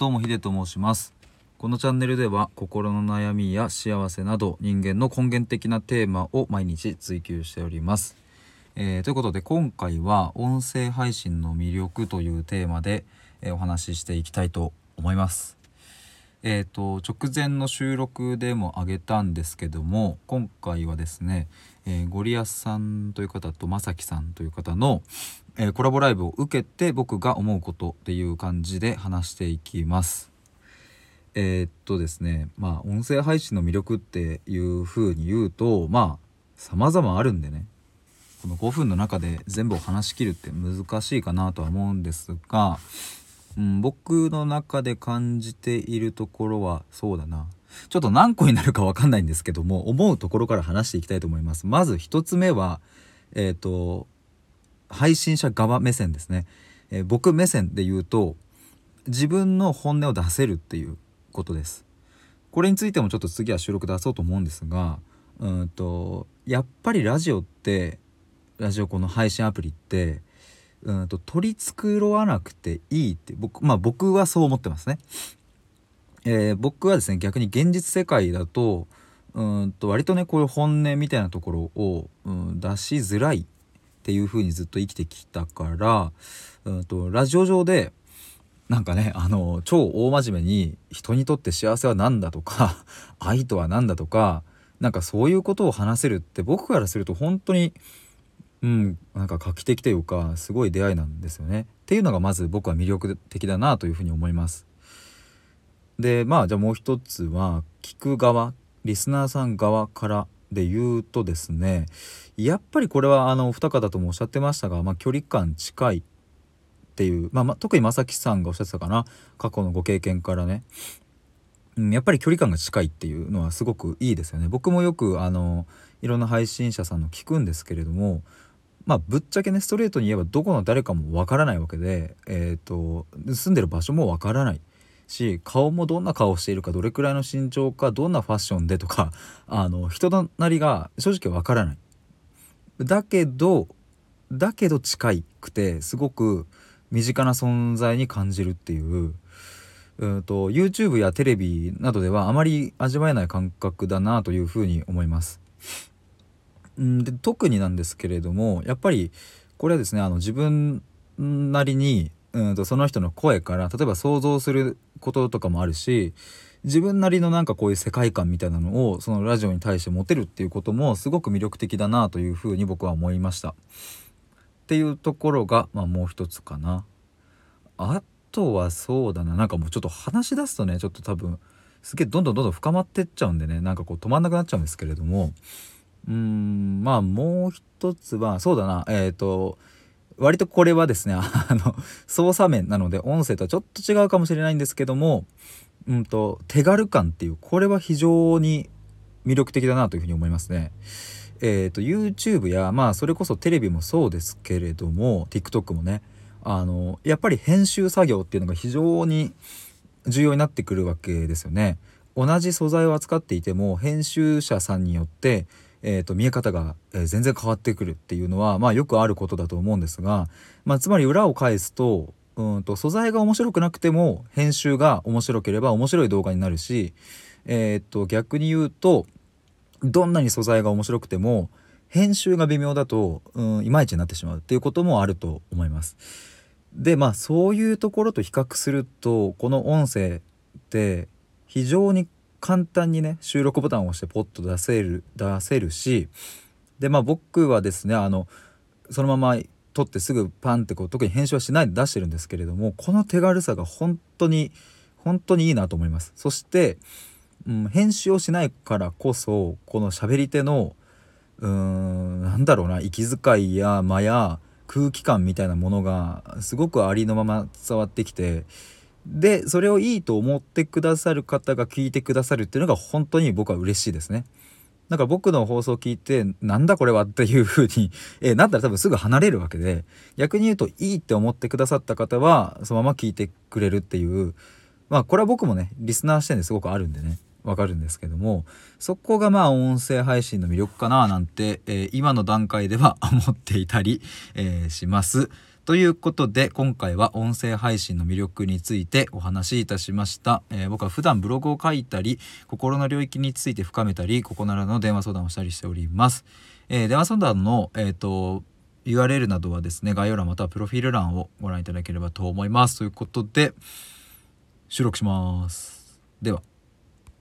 どうもヒデと申します。このチャンネルでは心の悩みや幸せなど人間の根源的なテーマを毎日追求しております。ということで今回は音声配信の魅力というテーマで、お話ししていきたいと思います。直前の収録でもあげたんですけども、今回はですね、ゴリアスさんという方とまさきさんという方の、コラボライブを受けて僕が思うことっていう感じで話していきます。ですね、音声配信の魅力っていう風に言うと様々あるんでね、この5分の中で全部を話し切るって難しいかなとは思うんですが、僕の中で感じているところはそうだな、ちょっと何個になるか分かんないんですけども、思うところから話していきたいと思います。まず一つ目は配信者側目線ですね。僕目線で言うと自分の本音を出せるっていうことです。これについてもちょっと次は収録出そうと思うんですが、やっぱりラジオこの配信アプリって取り繕わなくていいって僕はそう思ってますね。僕はですね、逆に現実世界だと割とね、こういう本音みたいなところを、出しづらいっていう風にずっと生きてきたから、ラジオ上でなんかね、超大真面目に人にとって幸せは何だとか愛とは何だとか、なんかそういうことを話せるって僕からすると本当になんか画期的というかすごい出会いなんですよね。っていうのがまず僕は魅力的だなというふうに思います。でじゃあもう一つは聞く側、リスナーさん側からで言うとですね、やっぱりこれはお二方ともおっしゃってましたが、距離感近いっていう、特にまさきさんがおっしゃってたかな、過去のご経験からね、やっぱり距離感が近いっていうのはすごくいいですよね。僕もよくいろんな配信者さんの聞くんですけれども、ぶっちゃけね、ストレートに言えばどこの誰かもわからないわけで、住んでる場所もわからないし、顔もどんな顔をしているか、どれくらいの身長か、どんなファッションでとか人となりが正直わからない。だけど近くてすごく身近な存在に感じるっていう、YouTube やテレビなどではあまり味わえない感覚だなというふうに思います。で特になんですけれども、やっぱりこれはですね、自分なりにその人の声から例えば想像することとかもあるし、自分なりのなんかこういう世界観みたいなのをそのラジオに対して持てるっていうこともすごく魅力的だなというふうに僕は思いました。っていうところがもう一つかな。あとはそうだな、なんかもうちょっと話し出すとね、ちょっと多分すげえどんどん深まってっちゃうんでね、なんかこう止まんなくなっちゃうんですけれども、もう一つはそうだな、割とこれはですね操作面なので音声とはちょっと違うかもしれないんですけども、手軽感っていう、これは非常に魅力的だなというふうに思いますね。YouTube やそれこそテレビもそうですけれども TikTok もね、やっぱり編集作業っていうのが非常に重要になってくるわけですよね。同じ素材を扱っていても編集者さんによって、見え方が、全然変わってくるっていうのはよくあることだと思うんですが、つまり裏を返すと素材が面白くなくても編集が面白ければ面白い動画になるし、逆に言うとどんなに素材が面白くても編集が微妙だといまいちになってしまうっていうこともあると思います。でそういうところと比較するとこの音声って非常に簡単にね、収録ボタンを押してポッと出せるし、で僕はですねそのまま撮ってすぐパンって特に編集はしないで出してるんですけれども、この手軽さが本当にいいなと思います。そして、編集をしないからこそこの喋り手のなんだろうな、息遣いや間や空気感みたいなものがすごくありのまま伝わってきて、でそれをいいと思ってくださる方が聞いてくださるっていうのが本当に僕は嬉しいですね。だから僕の放送を聞いてなんだこれはっていう風になったら多分すぐ離れるわけで、逆に言うといいって思ってくださった方はそのまま聞いてくれるっていう、これは僕もねリスナー視点ですごくあるんでねわかるんですけども、そこが音声配信の魅力かななんて、今の段階では思っていたり、します。 ということで今回は音声配信の魅力についてお話しいたしました。僕は普段ブログを書いたり心の領域について深めたりここならの電話相談をしたりしております。電話相談のURL などはですね概要欄またはプロフィール欄をご覧いただければと思います。ということで収録します。では。